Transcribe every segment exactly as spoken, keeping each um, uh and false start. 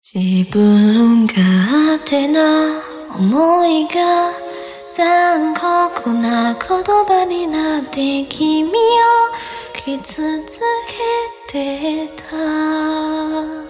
自分勝手な思いが残酷な言葉になって君を傷つけてた。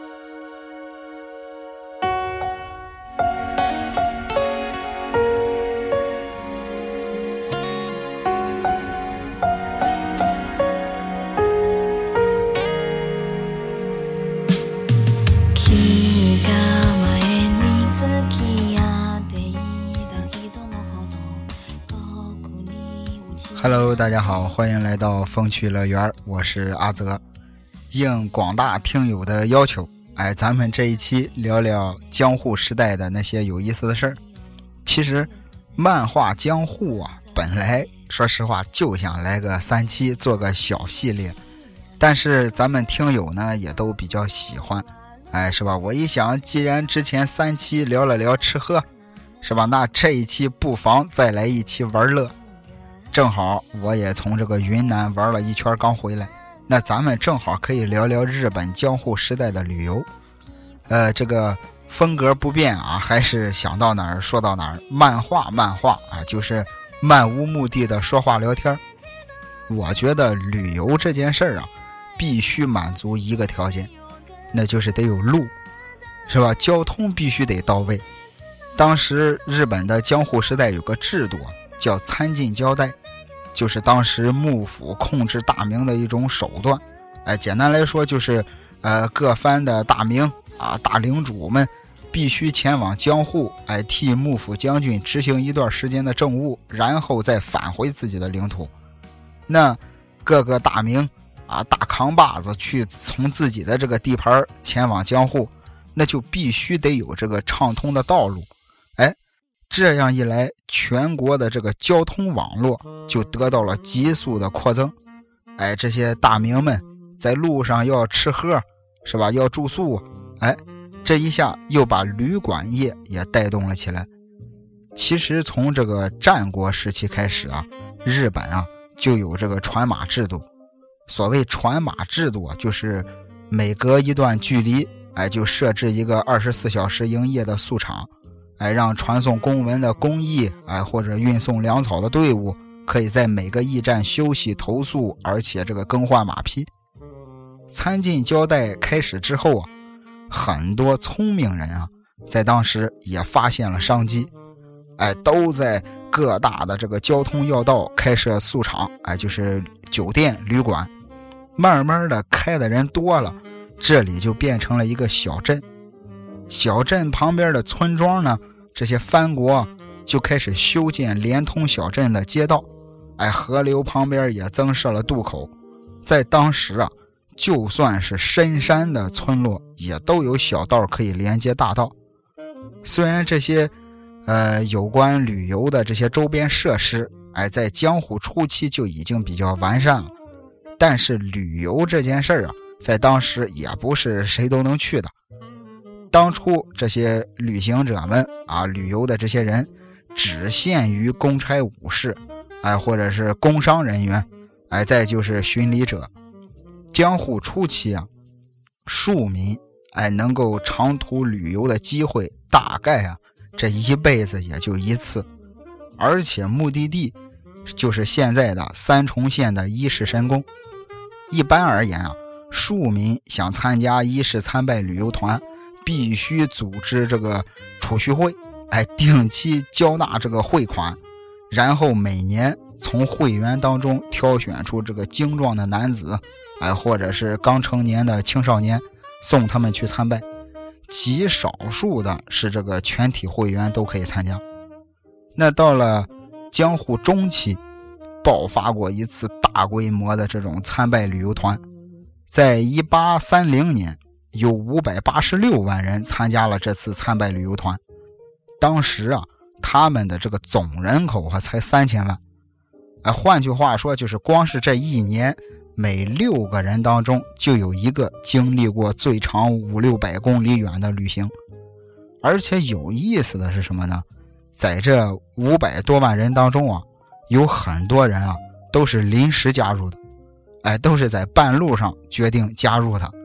Hello， 大家好，欢迎来到风趣乐园，我是阿泽。应广大听友的要求，哎，咱们这一期聊聊江户时代的那些有意思的事儿。其实漫画江户啊，本来说实话就想来个三期做个小系列，但是咱们听友呢也都比较喜欢，哎，是吧？我一想，既然之前三期聊了聊吃喝，是吧？那这一期不妨再来一期玩乐。正好我也从这个云南玩了一圈刚回来，那咱们正好可以聊聊日本江户时代的旅游。呃，这个风格不变啊，还是想到哪儿说到哪儿，漫画漫画啊，就是漫无目的的说话聊天。我觉得旅游这件事儿啊，必须满足一个条件，那就是得有路，是吧？交通必须得到位。当时日本的江户时代有个制度叫参进交代，就是当时幕府控制大名的一种手段。哎，简单来说就是呃，各藩的大名啊，大领主们必须前往江户，哎，替幕府将军执行一段时间的政务，然后再返回自己的领土。那各个大名啊，大扛把子去从自己的这个地盘前往江户，那就必须得有这个畅通的道路。哎，这样一来，全国的这个交通网络就得到了急速的扩增。哎，这些大名们在路上要吃喝，是吧？要住宿，哎，这一下又把旅馆业也带动了起来。其实从这个战国时期开始啊，日本啊就有这个传马制度。所谓传马制度啊，就是每隔一段距离，哎，就设置一个二十四小时营业的宿场。哎，让传送公文的公役，哎，或者运送粮草的队伍，可以在每个驿站休息投宿，而且这个更换马匹。参进交代开始之后啊，很多聪明人啊，在当时也发现了商机，哎，都在各大的这个交通要道开设宿场，哎，就是酒店旅馆。慢慢的开的人多了，这里就变成了一个小镇。小镇旁边的村庄呢，这些藩国就开始修建连通小镇的街道，哎，河流旁边也增设了渡口。在当时啊，就算是深山的村落也都有小道可以连接大道。虽然这些呃有关旅游的这些周边设施，哎，在江户初期就已经比较完善了，但是旅游这件事啊，在当时也不是谁都能去的。当初这些旅行者们啊，旅游的这些人只限于公差武士，哎，或者是工商人员，哎，再就是巡礼者。江户初期啊，庶民哎能够长途旅游的机会大概啊这一辈子也就一次，而且目的地就是现在的三重县的伊势神宫。一般而言啊，庶民想参加伊势参拜旅游团，必须组织这个储蓄会，哎，定期交纳这个汇款，然后每年从会员当中挑选出这个精壮的男子，哎，或者是刚成年的青少年，送他们去参拜。极少数的是这个全体会员都可以参加。那到了江户中期，爆发过一次大规模的这种参拜旅游团，在一八三零年。有五百八十六万人参加了这次参拜旅游团。当时啊，他们的这个总人口还才三千万。哎，换句话说，就是光是这一年，每六个人当中就有一个经历过最长五六百公里远的旅行。而且有意思的是什么呢？在这五百多万人当中啊，有很多人啊都是临时加入的，哎，都是在半路上决定加入的。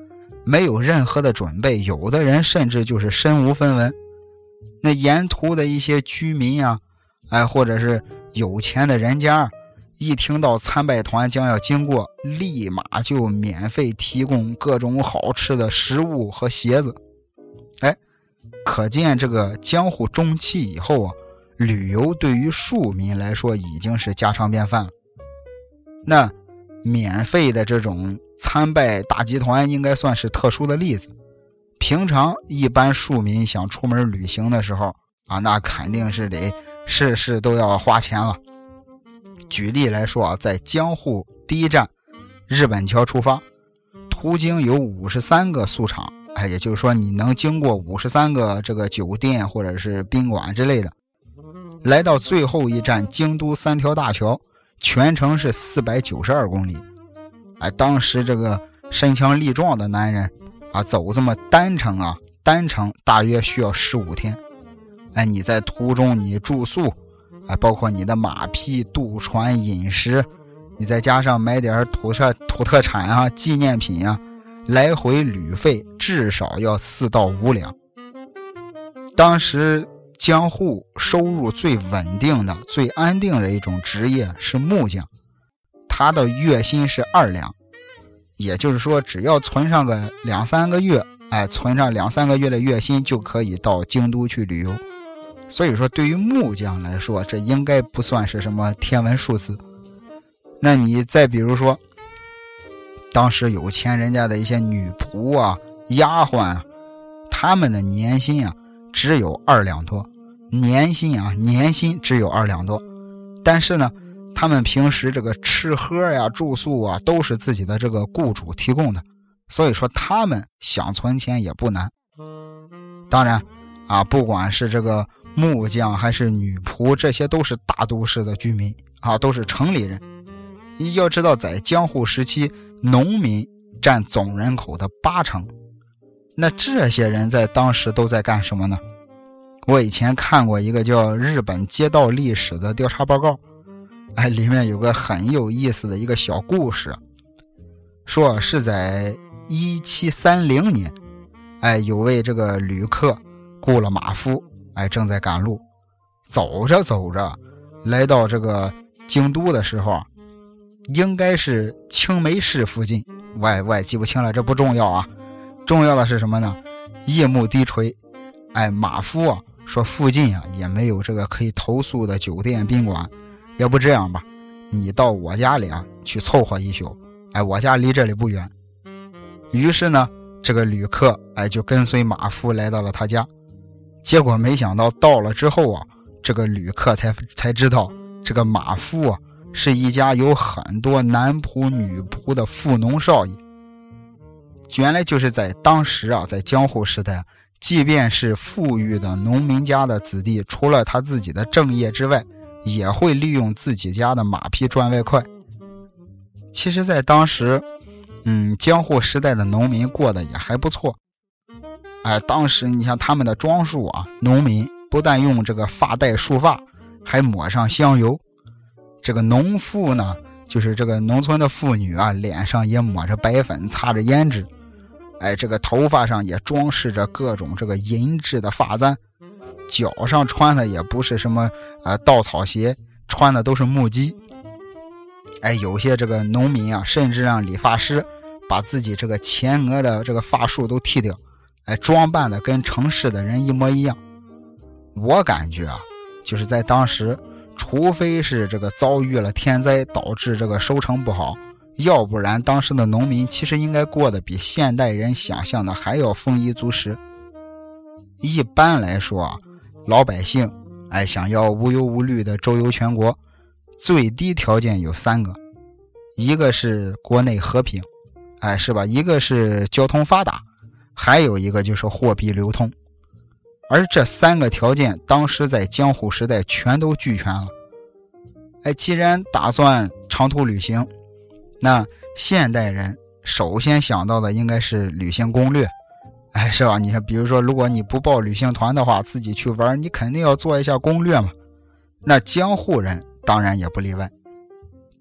没有任何的准备，有的人甚至就是身无分文。那沿途的一些居民啊，哎，或者是有钱的人家，一听到参拜团将要经过，立马就免费提供各种好吃的食物和鞋子。哎，可见这个江户中期以后啊，旅游对于庶民来说已经是家常便饭了。那免费的这种参拜大集团应该算是特殊的例子。平常一般庶民想出门旅行的时候啊，那肯定是得事事都要花钱了。举例来说啊，在江户第一站日本桥出发，途经有五十三个宿场，哎，也就是说你能经过五十三个这个酒店或者是宾馆之类的。来到最后一站京都三条大桥，全程是四百九十二公里。哎，当时这个身强力壮的男人啊，走这么单程啊，单程大约需要十五天。哎，你在途中你住宿，哎，包括你的马匹、渡船、饮食，你再加上买点土特土特产啊、纪念品啊，来回旅费至少要四到五两。当时江户收入最稳定的、最安定的一种职业是木匠，他的月薪是二两，也就是说只要存上个两三个月，哎，存上两三个月的月薪就可以到京都去旅游。所以说对于木匠来说，这应该不算是什么天文数字。那你再比如说当时有钱人家的一些女仆啊、丫鬟啊，他们的年薪啊只有二两多，年薪啊年薪只有二两多，但是呢他们平时这个吃喝呀、住宿啊都是自己的这个雇主提供的，所以说他们想存钱也不难。当然啊，不管是这个木匠还是女仆，这些都是大都市的居民啊，都是城里人。要知道在江户时期，农民占总人口的八成。那这些人在当时都在干什么呢？我以前看过一个叫日本街道历史的调查报告，哎，里面有个很有意思的一个小故事，说是在一七三零年，哎，有位这个旅客雇了马夫，哎，正在赶路，走着走着来到这个京都的时候啊，应该是青梅市附近，我也我也记不清了，这不重要啊，重要的是什么呢？夜幕低垂，哎，马夫啊说附近啊也没有这个可以投宿的酒店宾馆，要不这样吧，你到我家里啊去凑合一宿，哎，我家离这里不远。于是呢，这个旅客哎就跟随马夫来到了他家。结果没想到到了之后啊，这个旅客才才知道，这个马夫啊是一家有很多男仆女仆的富农少爷。原来就是在当时啊，在江户时代，即便是富裕的农民家的子弟，除了他自己的正业之外，也会利用自己家的马匹赚外快。其实在当时嗯，江户时代的农民过得也还不错。哎，当时你像他们的装束啊，农民不但用这个发带束发，还抹上香油。这个农妇呢，就是这个农村的妇女啊，脸上也抹着白粉，擦着胭脂。哎，这个头发上也装饰着各种这个银质的发簪，脚上穿的也不是什么呃稻草鞋，穿的都是木屐。哎，有些这个农民啊，甚至让理发师把自己这个前额的这个发束都剃掉，哎，装扮的跟城市的人一模一样。我感觉啊，就是在当时，除非是这个遭遇了天灾导致这个收成不好，要不然当时的农民其实应该过得比现代人想象的还要丰衣足食。一般来说啊，老百姓哎想要无忧无虑的周游全国，最低条件有三个，一个是国内和平，哎，是吧？一个是交通发达，还有一个就是货币流通。而这三个条件当时在江户时代全都俱全了。哎，既然打算长途旅行，那现代人首先想到的应该是旅行攻略，哎，是吧？你看，比如说如果你不报旅行团的话，自己去玩，你肯定要做一下攻略嘛。那江户人当然也不例外。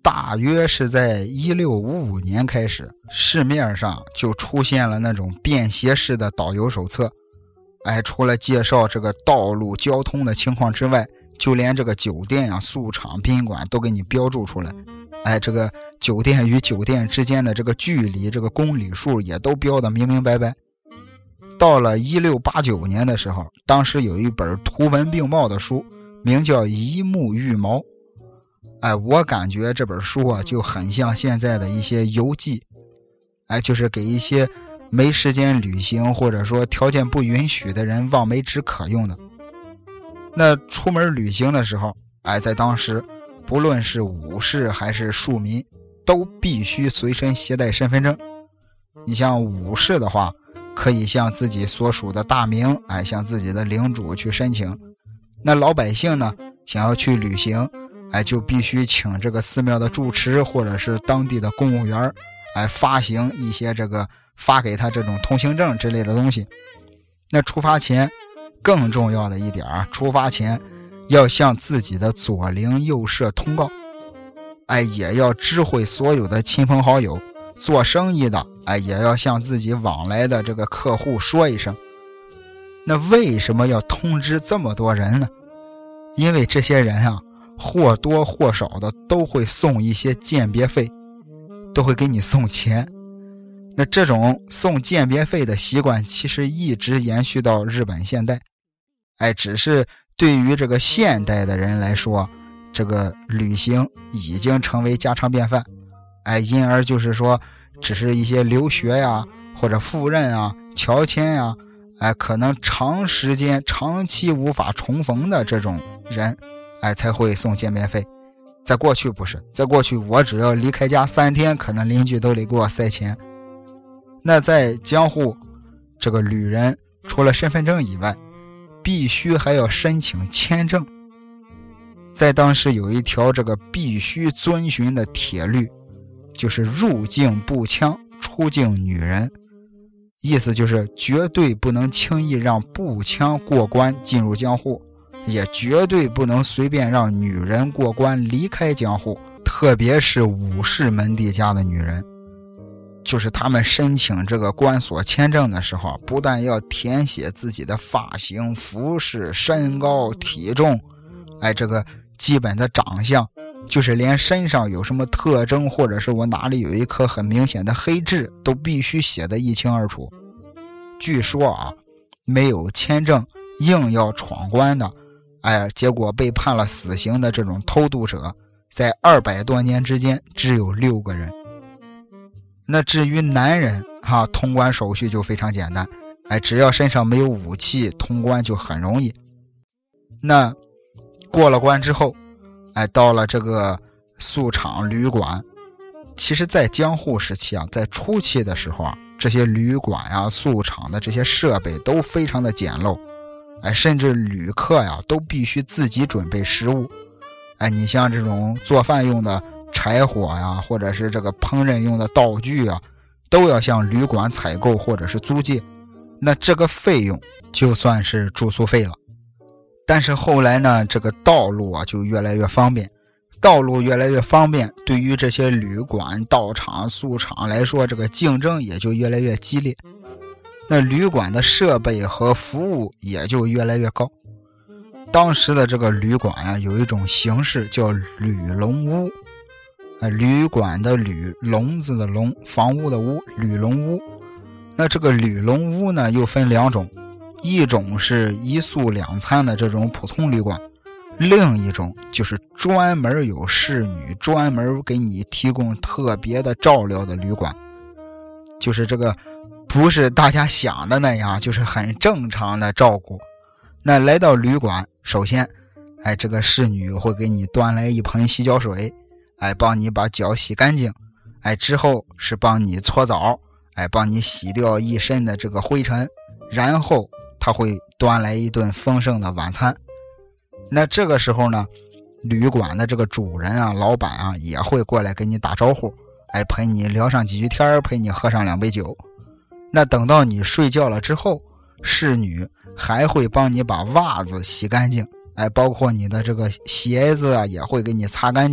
大约是在一六五五年开始，市面上就出现了那种便携式的导游手册。哎，除了介绍这个道路交通的情况之外，就连这个酒店啊、宿场、宾馆都给你标注出来。哎，这个酒店与酒店之间的这个距离、这个公里数也都标得明明白白。到了一六八九年的时候，当时有一本图文并茂的书，名叫《一目玉毛》。哎，我感觉这本书啊就很像现在的一些游记，哎，就是给一些没时间旅行或者说条件不允许的人望梅止渴用的。那出门旅行的时候，哎，在当时不论是武士还是庶民都必须随身携带身份证。你像武士的话，可以向自己所属的大名，哎，向自己的领主去申请。那老百姓呢，想要去旅行，哎，就必须请这个寺庙的住持或者是当地的公务员，哎，发行一些这个发给他这种通行证之类的东西。那出发前更重要的一点啊，出发前要向自己的左邻右舍通告，哎，也要知会所有的亲朋好友。做生意的，哎，也要向自己往来的这个客户说一声。那为什么要通知这么多人呢？因为这些人啊，或多或少的都会送一些鉴别费，都会给你送钱。那这种送鉴别费的习惯其实一直延续到日本现代。哎，只是对于这个现代的人来说，这个旅行已经成为家常便饭。哎，因而就是说，只是一些留学呀，或者赴任啊、乔迁呀，哎，可能长时间、长期无法重逢的这种人，哎，才会送见面费。在过去不是，在过去我只要离开家三天，可能邻居都得给我塞钱。那在江户，这个旅人除了身份证以外，必须还要申请签证。在当时有一条这个必须遵循的铁律，就是入境步枪，出境女人。意思就是绝对不能轻易让步枪过关进入江户，也绝对不能随便让女人过关离开江户，特别是武士门第家的女人。就是他们申请这个关所签证的时候，不但要填写自己的发型、服饰、身高、体重，哎，这个基本的长相，就是连身上有什么特征，或者是我哪里有一颗很明显的黑痣，都必须写得一清二楚。据说啊，没有签证硬要闯关的，哎，结果被判了死刑的这种偷渡者，在二百多年之间只有六个人。那至于男人哈，通关手续就非常简单，哎，只要身上没有武器，通关就很容易。那过了关之后，哎，到了这个宿场旅馆，其实在江户时期啊，在初期的时候啊，这些旅馆啊、宿场的这些设备都非常的简陋，哎，甚至旅客呀都必须自己准备食物。哎，你像这种做饭用的柴火呀，或者是这个烹饪用的道具啊，都要向旅馆采购或者是租借。那这个费用就算是住宿费了。但是后来呢，这个道路啊就越来越方便，道路越来越方便，对于这些旅馆、道场、宿场来说，这个竞争也就越来越激烈。那旅馆的设备和服务也就越来越高。当时的这个旅馆啊，有一种形式叫旅笼屋，呃，旅馆的旅，笼子的笼，房屋的屋，旅笼屋。那这个旅笼屋呢，又分两种，一种是一宿两餐的这种普通旅馆，另一种就是专门有侍女，专门给你提供特别的照料的旅馆。就是这个不是大家想的那样，就是很正常的照顾。那来到旅馆，首先，哎，这个侍女会给你端来一盆洗脚水，哎，帮你把脚洗干净，哎，之后是帮你搓澡，哎，帮你洗掉一身的这个灰尘，然后他会端来一顿丰盛的晚餐。那这个时候呢，旅馆的这个主人啊、老板啊也会过来给你打招呼，哎，陪你聊上几句天，陪你喝上两杯酒。那等到你睡觉了之后，侍女还会帮你把袜子洗干净，哎，包括你的这个鞋子啊也会给你擦干净，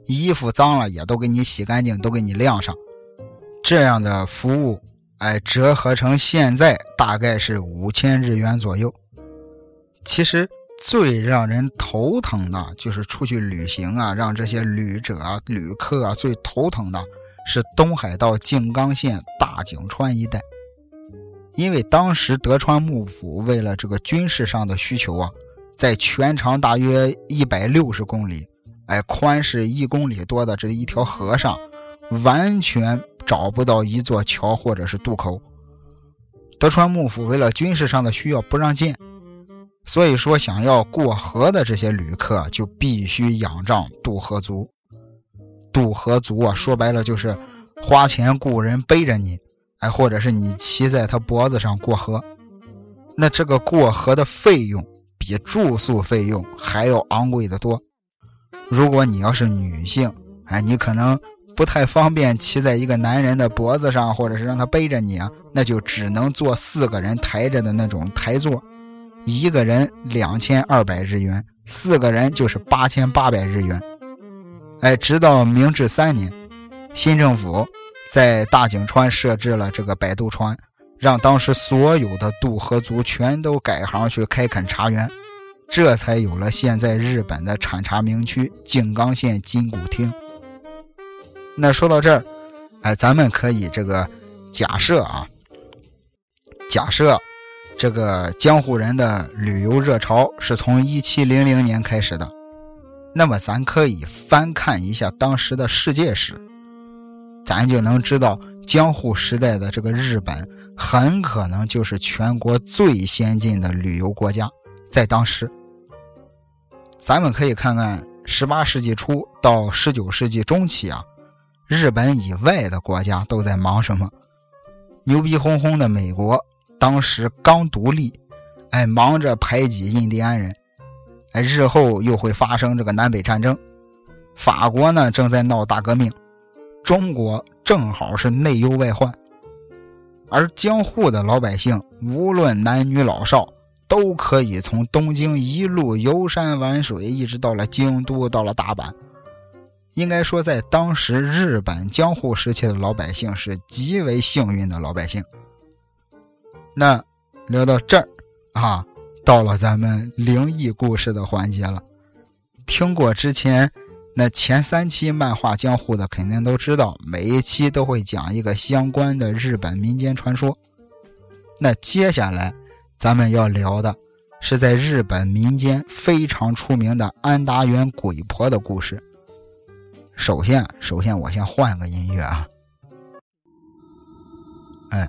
衣服脏了也都给你洗干净，都给你晾上。这样的服务，哎，折合成现在大概是五千日元左右。其实最让人头疼的就是出去旅行啊，让这些旅者啊、旅客啊最头疼的是东海道静冈县大井川一带。因为当时德川幕府为了这个军事上的需求啊，在全长大约一百六十公里，哎，宽是一公里多的这一条河上，完全找不到一座桥或者是渡口。德川幕府为了军事上的需要不让建，所以说想要过河的这些旅客就必须仰仗渡河族。渡河族啊，说白了就是花钱雇人背着你，哎，或者是你骑在他脖子上过河。那这个过河的费用比住宿费用还要昂贵的多。如果你要是女性，哎，你可能不太方便骑在一个男人的脖子上，或者是让他背着你啊，那就只能坐四个人抬着的那种台座，一个人两千二百日元，四个人就是八千八百日元。哎，直到明治三年，新政府在大井川设置了这个摆渡船，让当时所有的渡河族全都改行去开垦茶园，这才有了现在日本的产茶名区静冈县金谷町。那说到这儿，哎，咱们可以这个假设啊，假设这个江户人的旅游热潮是从一七零零年开始的，那么咱可以翻看一下当时的世界史，咱就能知道江户时代的这个日本很可能就是全国最先进的旅游国家。在当时咱们可以看看十八世纪初到十九世纪中期啊，日本以外的国家都在忙什么？牛逼哄哄的美国当时刚独立，哎，忙着排挤印第安人，哎，日后又会发生这个南北战争。法国呢正在闹大革命，中国正好是内忧外患。而江户的老百姓无论男女老少，都可以从东京一路游山玩水，一直到了京都，到了大阪。应该说在当时日本江户时期的老百姓是极为幸运的老百姓。那聊到这儿啊，到了咱们灵异故事的环节了。听过之前那前三期漫画江户的肯定都知道，每一期都会讲一个相关的日本民间传说。那接下来咱们要聊的是在日本民间非常出名的安达原鬼婆的故事。首先首先我先换个音乐啊，哎，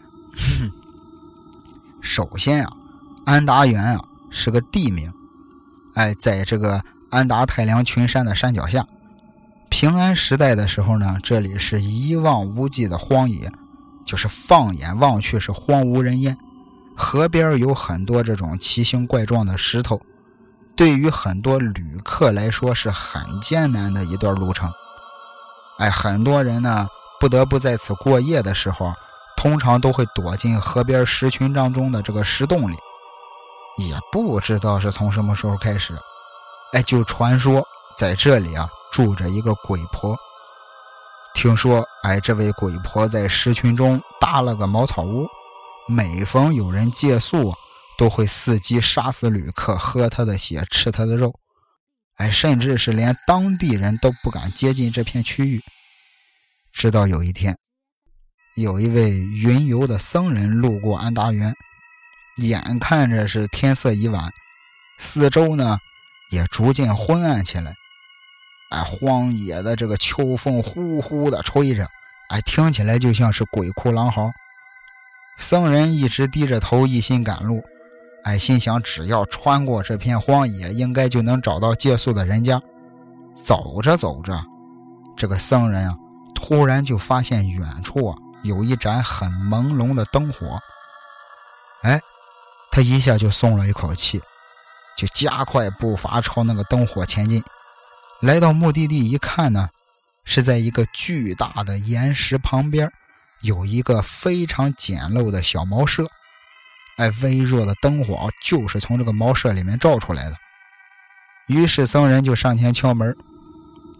首先啊，安达原啊是个地名，哎，在这个安达太良群山的山脚下。平安时代的时候呢，这里是一望无际的荒野，就是放眼望去是荒无人烟。河边有很多这种奇形怪状的石头，对于很多旅客来说是很艰难的一段路程。哎，很多人呢不得不在此过夜的时候，通常都会躲进河边石群当中的这个石洞里。也不知道是从什么时候开始，哎，就传说在这里啊住着一个鬼婆。听说哎，这位鬼婆在石群中搭了个茅草屋，每逢有人借宿都会伺机杀死旅客，喝他的血，吃他的肉。哎，甚至是连当地人都不敢接近这片区域。直到有一天，有一位云游的僧人路过安达原，眼看着是天色已晚，四周呢也逐渐昏暗起来。哎，荒野的这个秋风呼呼的吹着，哎，听起来就像是鬼哭狼嚎。僧人一直低着头，一心赶路。哎，心想只要穿过这片荒野，应该就能找到借宿的人家。走着走着，这个僧人啊，突然就发现远处啊有一盏很朦胧的灯火。哎，他一下就松了一口气，就加快步伐朝那个灯火前进。来到目的地一看呢，是在一个巨大的岩石旁边有一个非常简陋的小茅舍。哎，微弱的灯火就是从这个茅舍里面照出来的。于是僧人就上前敲门，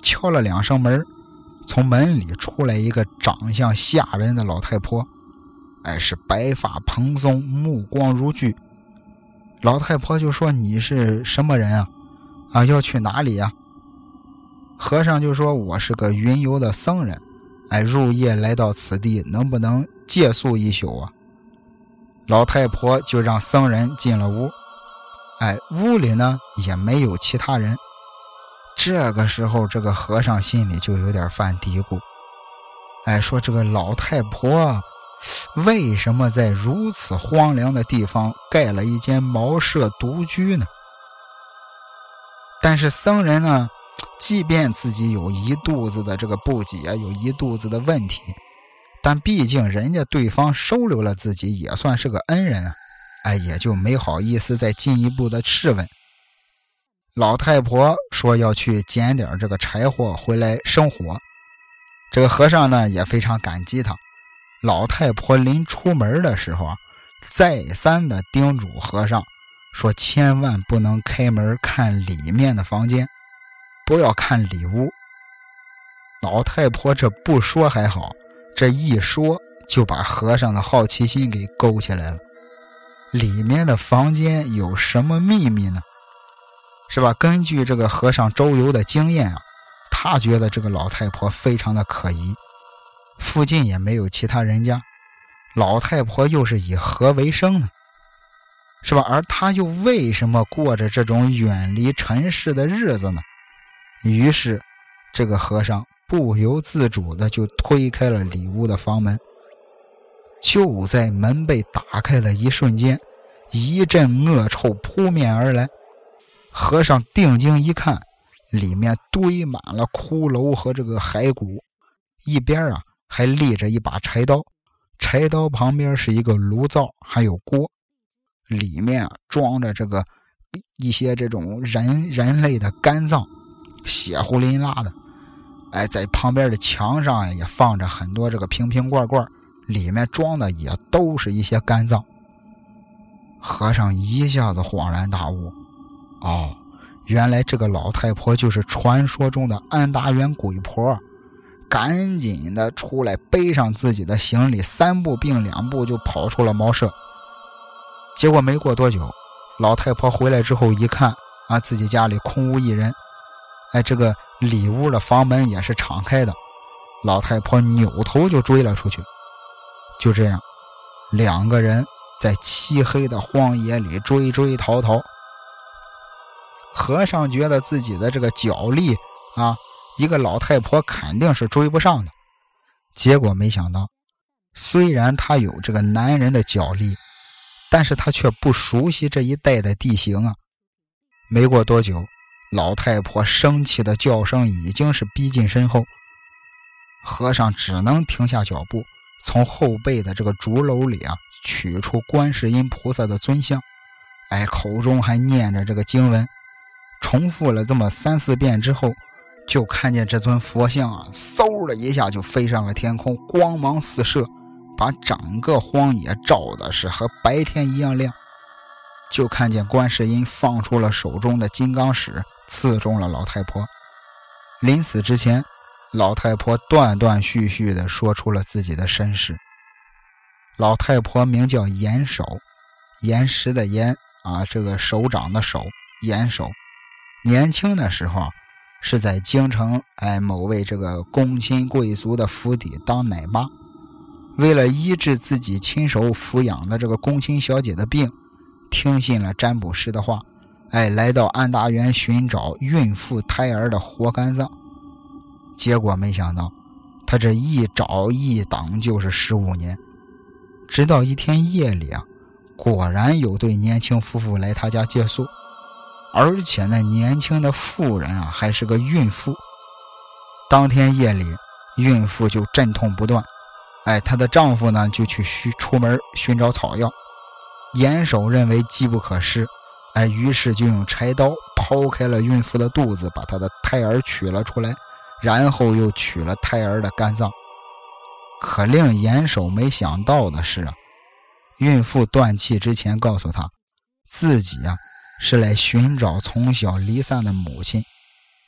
敲了两声门，从门里出来一个长相吓人的老太婆，哎，是白发蓬松，目光如炬。老太婆就说：“你是什么人啊？啊，要去哪里呀？”和尚就说：“我是个云游的僧人，哎，入夜来到此地，能不能借宿一宿啊？”老太婆就让僧人进了屋，哎，屋里呢也没有其他人。这个时候，这个和尚心里就有点犯嘀咕，哎，说这个老太婆为什么在如此荒凉的地方盖了一间茅舍独居呢？但是僧人呢，即便自己有一肚子的这个不解，有一肚子的问题，但毕竟人家对方收留了自己，也算是个恩人啊，哎，也就没好意思再进一步的质问。老太婆说要去捡点这个柴火回来生火，这个和尚呢也非常感激他。老太婆临出门的时候啊，再三的叮嘱和尚说，千万不能开门看里面的房间，不要看里屋。老太婆这不说还好，这一说就把和尚的好奇心给勾起来了。里面的房间有什么秘密呢？是吧？根据这个和尚周游的经验啊，他觉得这个老太婆非常的可疑，附近也没有其他人家，老太婆又是以何为生呢？是吧？而他又为什么过着这种远离尘世的日子呢？于是这个和尚不由自主的就推开了里屋的房门。就在门被打开的一瞬间，一阵恶臭扑面而来。和尚定睛一看，里面堆满了骷髅和这个骸骨，一边啊还立着一把柴刀，柴刀旁边是一个炉灶，还有锅，里面啊装着这个一些这种人人类的肝脏，血糊淋拉的。哎，在旁边的墙上啊也放着很多这个瓶瓶罐罐，里面装的也都是一些肝脏。和尚一下子恍然大悟，哦，原来这个老太婆就是传说中的安达原鬼婆。赶紧的出来，背上自己的行李，三步并两步就跑出了茅舍。结果没过多久，老太婆回来之后一看啊，自己家里空无一人，哎，这个里屋的房门也是敞开的，老太婆扭头就追了出去。就这样，两个人在漆黑的荒野里追追逃逃。和尚觉得自己的这个脚力啊，一个老太婆肯定是追不上的。结果没想到，虽然他有这个男人的脚力，但是他却不熟悉这一带的地形啊。没过多久，老太婆生气的叫声已经是逼近身后。和尚只能停下脚步，从后背的这个竹篓里啊取出观世音菩萨的尊像，哎，口中还念着这个经文。重复了这么三四遍之后，就看见这尊佛像啊，嗖的一下就飞上了天空，光芒四射，把整个荒野照的是和白天一样亮。就看见观世音放出了手中的金刚矢，刺中了老太婆。临死之前，老太婆断断续续地说出了自己的身世。老太婆名叫岩手，岩石的岩啊，这个手掌的手，岩手。年轻的时候是在京城哎某位这个公亲贵族的府邸当奶妈，为了医治自己亲手抚养的这个公亲小姐的病，听信了占卜师的话，哎，来到安达园寻找孕妇胎儿的活肝脏。结果没想到，他这一找一等就是十五年，直到一天夜里啊，果然有对年轻夫妇来他家借宿。而且那年轻的妇人啊，还是个孕妇。当天夜里，孕妇就阵痛不断，哎，她的丈夫呢就去出门寻找草药。严守认为机不可失，哎，于是就用柴刀剖开了孕妇的肚子，把她的胎儿取了出来，然后又取了胎儿的肝脏。可令严守没想到的是啊，孕妇断气之前告诉他，自己啊是来寻找从小离散的母亲。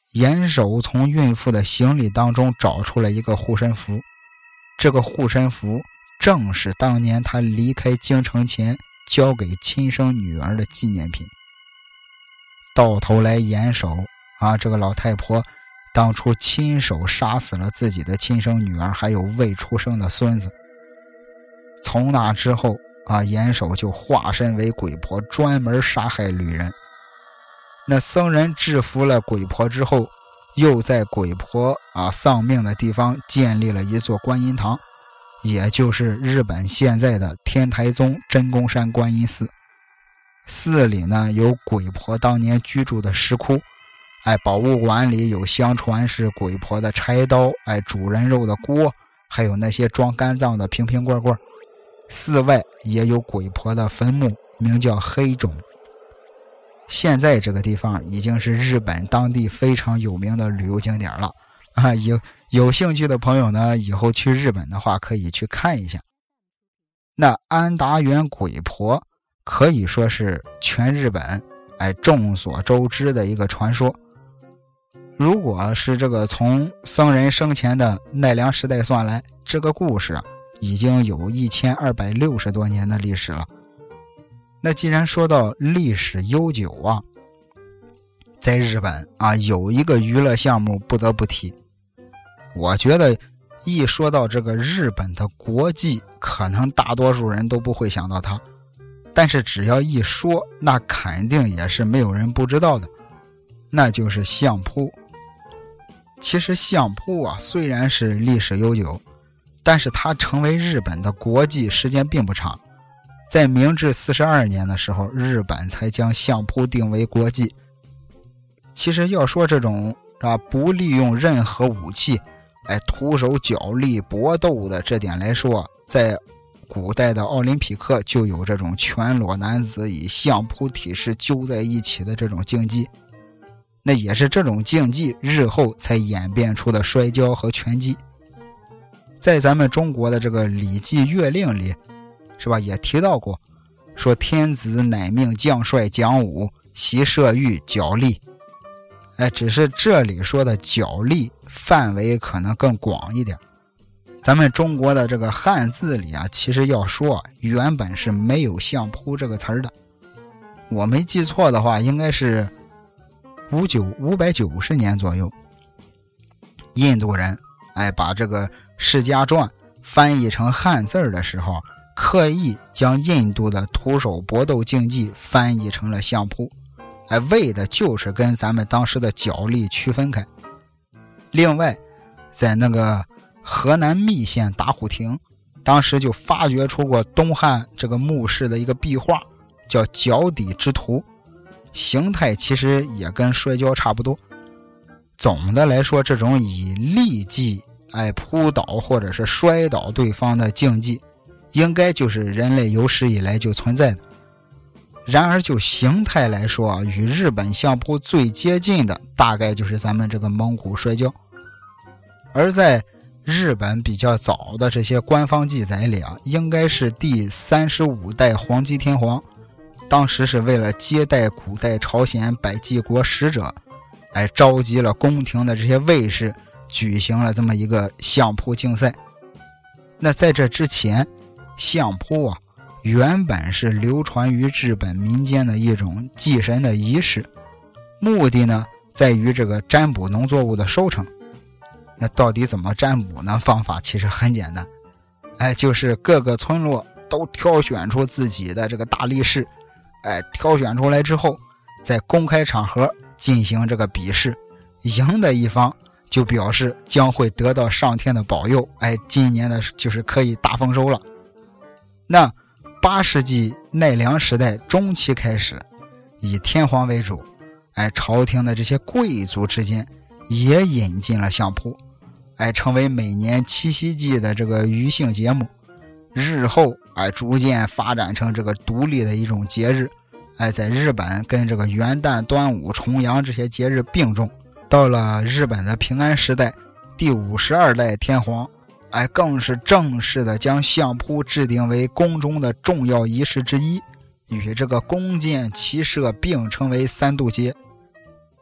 严守从孕妇的行李当中找出了一个护身符，这个护身符正是当年他离开京城前交给亲生女儿的纪念品。到头来严守啊，这个老太婆当初亲手杀死了自己的亲生女儿还有未出生的孙子。从那之后啊，严守就化身为鬼婆，专门杀害旅人。那僧人制服了鬼婆之后，又在鬼婆啊丧命的地方建立了一座观音堂，也就是日本现在的天台宗真宫山观音寺。寺里呢有鬼婆当年居住的石窟，哎，宝物馆里有相传是鬼婆的柴刀，哎，煮人肉的锅，还有那些装肝脏的瓶瓶罐罐。寺外也有鬼婆的坟墓，名叫黑冢。现在这个地方已经是日本当地非常有名的旅游景点了啊！有有兴趣的朋友呢，以后去日本的话可以去看一下。那安达园鬼婆可以说是全日本哎众所周知的一个传说。如果是这个从僧人生前的奈良时代算来，这个故事已经有一千二百六十多年的历史了。那既然说到历史悠久啊，在日本啊有一个娱乐项目不得不提。我觉得一说到这个日本的国际，可能大多数人都不会想到它，但是只要一说，那肯定也是没有人不知道的，那就是相扑。其实相扑啊虽然是历史悠久，但是它成为日本的国际时间并不长。在明治四十二年的时候，日本才将相扑定为国际。其实要说这种啊不利用任何武器，哎徒手角力搏斗的这点来说，在古代的奥林匹克就有这种全裸男子以相扑体式揪在一起的这种竞技。那也是这种竞技日后才演变出的摔跤和拳击。在咱们中国的这个《礼记乐令》里，是吧，也提到过，说天子乃命将帅讲武，习射御角力。哎，只是这里说的角力范围可能更广一点。咱们中国的这个汉字里啊，其实要说原本是没有相扑这个词儿的。我没记错的话，应该是五九五百九十年左右，印度人哎把这个《释迦传》翻译成汉字的时候，刻意将印度的徒手搏斗竞技翻译成了相扑，哎，为的就是跟咱们当时的角力区分开。另外，在那个河南密县打虎亭，当时就发掘出过东汉这个墓室的一个壁画，叫脚底之徒，形态其实也跟摔跤差不多。总的来说，这种以力技哎扑倒或者是摔倒对方的竞技，应该就是人类有史以来就存在的。然而就形态来说啊，与日本相扑最接近的大概就是咱们这个蒙古摔跤。而在日本比较早的这些官方记载里啊，应该是第三十五代皇极天皇，当时是为了接待古代朝鲜百济国使者，哎，召集了宫廷的这些卫士，举行了这么一个相扑竞赛。那在这之前，相扑啊原本是流传于日本民间的一种祭神的仪式，目的呢在于这个占卜农作物的收成。那到底怎么占卜呢？方法其实很简单，哎，就是各个村落都挑选出自己的这个大力士，哎，挑选出来之后，在公开场合进行这个比试，赢的一方就表示将会得到上天的保佑，哎，今年的就是可以大丰收了。那八世纪奈良时代中期开始，以天皇为主，哎，朝廷的这些贵族之间也引进了相扑，哎，成为每年七夕季的这个娱乐节目。日后哎，逐渐发展成这个独立的一种节日，哎，在日本跟这个元旦、端午、重阳这些节日并重。到了日本的平安时代，第五十二代天皇，哎，更是正式的将相扑制定为宫中的重要仪式之一，与这个弓箭、骑射并称为三度节。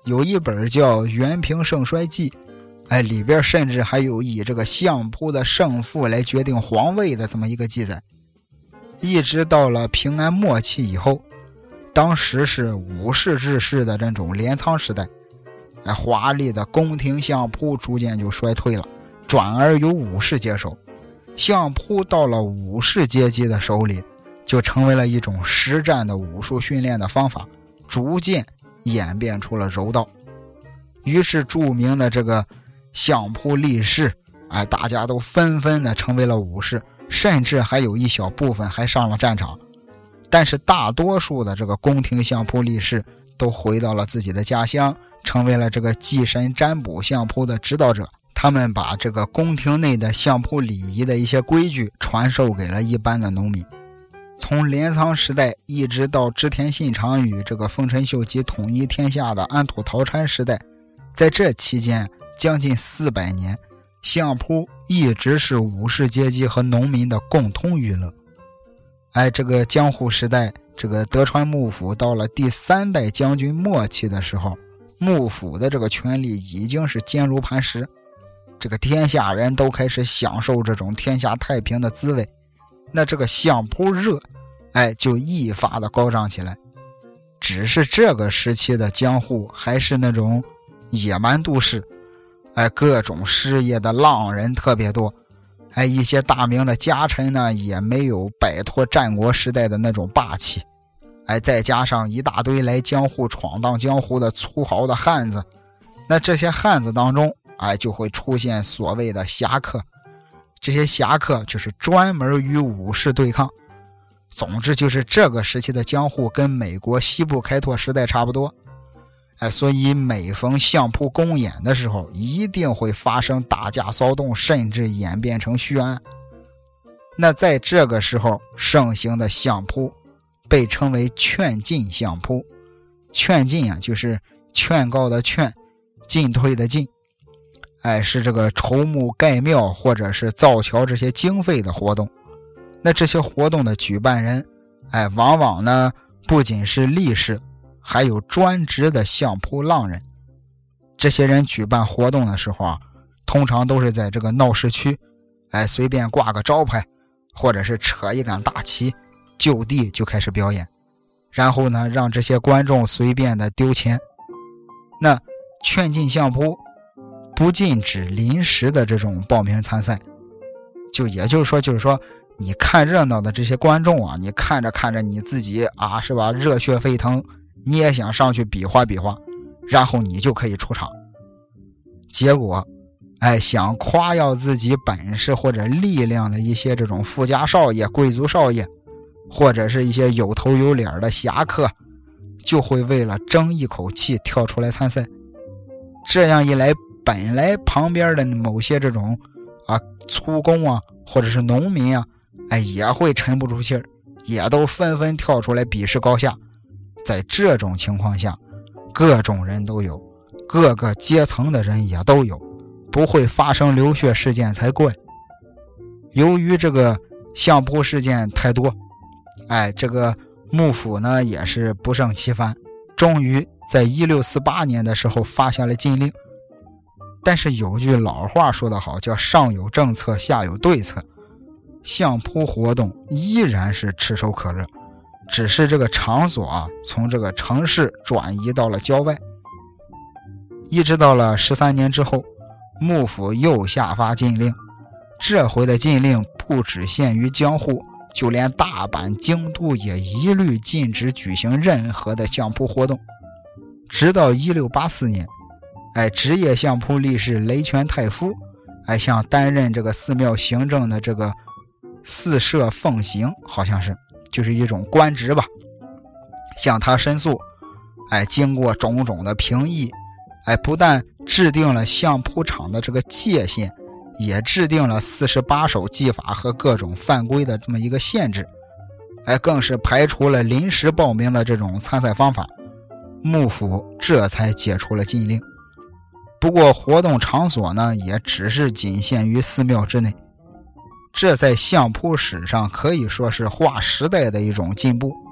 有一本叫《元平盛衰记》，哎，里边甚至还有以这个相扑的胜负来决定皇位的这么一个记载。一直到了平安末期以后，当时是武士治世的这种镰仓时代，哎，华丽的宫廷相扑逐渐就衰退了，转而由武士接手。相扑到了武士阶级的手里，就成为了一种实战的武术训练的方法，逐渐演变出了柔道。于是著名的这个相扑力士，哎，大家都纷纷的成为了武士，甚至还有一小部分还上了战场。但是大多数的这个宫廷相扑力士都回到了自己的家乡，成为了这个祭神占卜相扑的指导者。他们把这个宫廷内的相扑礼仪的一些规矩传授给了一般的农民。从镰仓时代一直到织田信长与这个丰臣秀吉统一天下的安土桃山时代，在这期间将近四百年，相扑一直是武士阶级和农民的共通娱乐。哎，这个江户时代，这个德川幕府到了第三代将军末期的时候，幕府的这个权力已经是坚如磐石，这个天下人都开始享受这种天下太平的滋味。那这个相扑热，哎，就一发的高涨起来。只是这个时期的江户还是那种野蛮都市，哎，各种失业的浪人特别多，哎，一些大名的家臣呢，也没有摆脱战国时代的那种霸气，哎，再加上一大堆来江户闯荡江湖的粗豪的汉子，那这些汉子当中，哎，就会出现所谓的侠客。这些侠客就是专门与武士对抗。总之就是这个时期的江户跟美国西部开拓时代差不多，哎，所以每逢相扑公演的时候，一定会发生打架骚动，甚至演变成血案。那在这个时候盛行的相扑被称为劝进相扑。劝进啊，就是劝告的劝，进退的进，哎，是这个筹募盖庙或者是造桥这些经费的活动。那这些活动的举办人，哎，往往呢不仅是力士，还有专职的相扑浪人。这些人举办活动的时候啊，通常都是在这个闹市区，哎，随便挂个招牌，或者是扯一杆大旗，就地就开始表演，然后呢让这些观众随便的丢钱。那劝进相扑不禁止临时的这种报名参赛，就也就是说就是说你看热闹的这些观众啊，你看着看着你自己啊，是吧，热血沸腾，你也想上去比划比划，然后你就可以出场。结果哎，想夸耀自己本事或者力量的一些这种富家少爷、贵族少爷，或者是一些有头有脸的侠客，就会为了争一口气跳出来参赛。这样一来，本来旁边的某些这种啊粗工啊，或者是农民啊，哎，也会沉不住气儿，也都纷纷跳出来比试高下。在这种情况下，各种人都有，各个阶层的人也都有，不会发生流血事件才怪。由于这个相扑事件太多，哎，这个幕府呢也是不胜其烦，终于在一六四八年的时候发下了禁令。但是有句老话说得好，叫上有政策下有对策，相扑活动依然是炙手可热，只是这个场所啊从这个城市转移到了郊外。一直到了十三年之后，幕府又下发禁令，这回的禁令不只限于江户，就连大阪、京都也一律禁止举行任何的相扑活动。直到一六八四年，哎，职业相扑力士雷泉太夫，哎，向担任这个寺庙行政的这个寺舍奉行，好像是就是一种官职吧，向他申诉。哎，经过种种的评议，哎，不但制定了相扑场的这个界限，也制定了四十八手技法和各种犯规的这么一个限制，哎，更是排除了临时报名的这种参赛方法。幕府这才解除了禁令。不过活动场所呢，也只是仅限于寺庙之内。这在相扑史上可以说是划时代的一种进步，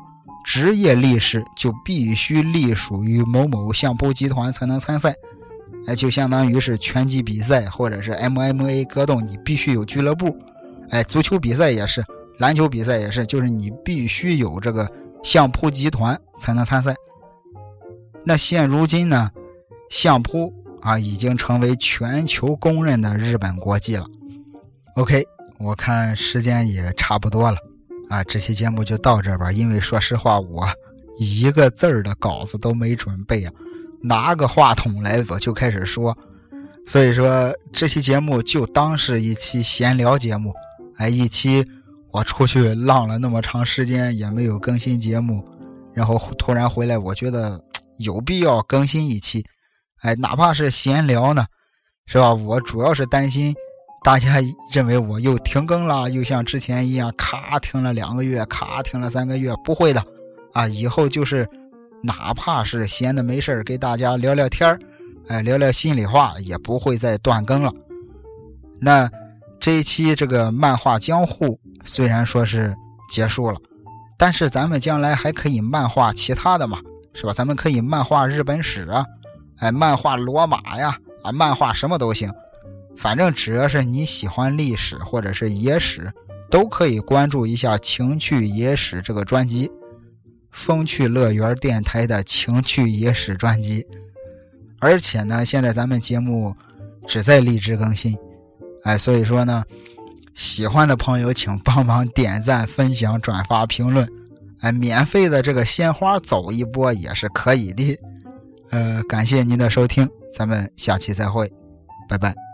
职业力士就必须隶属于某某相扑集团才能参赛。哎，就相当于是拳击比赛或者是 M M A 格斗，你必须有俱乐部。哎，足球比赛也是，篮球比赛也是，就是你必须有这个相扑集团才能参赛。那现如今呢，相扑啊已经成为全球公认的日本国技了。OK， 我看时间也差不多了啊，这期节目就到这边。因为说实话，我一个字儿的稿子都没准备啊，拿个话筒来我就开始说，所以说这期节目就当是一期闲聊节目。哎，一期我出去浪了那么长时间也没有更新节目，然后突然回来，我觉得有必要更新一期。哎，哪怕是闲聊呢，是吧？我主要是担心大家认为我又停更了，又像之前一样咔停了两个月，咔停了三个月。不会的啊，以后就是哪怕是闲的没事给大家聊聊天，哎，聊聊心里话，也不会再断更了。那这一期这个漫画江户虽然说是结束了，但是咱们将来还可以漫画其他的嘛，是吧？咱们可以漫画日本史啊，哎，漫画罗马呀，啊，漫画什么都行。反正只要是你喜欢历史或者是野史，都可以关注一下情趣野史这个专辑，风趣乐园电台的情趣野史专辑。而且呢，现在咱们节目只在荔枝更新，哎，所以说呢，喜欢的朋友请帮忙点赞、分享、转发、评论，哎，免费的这个鲜花走一波也是可以的。呃，感谢您的收听，咱们下期再会，拜拜。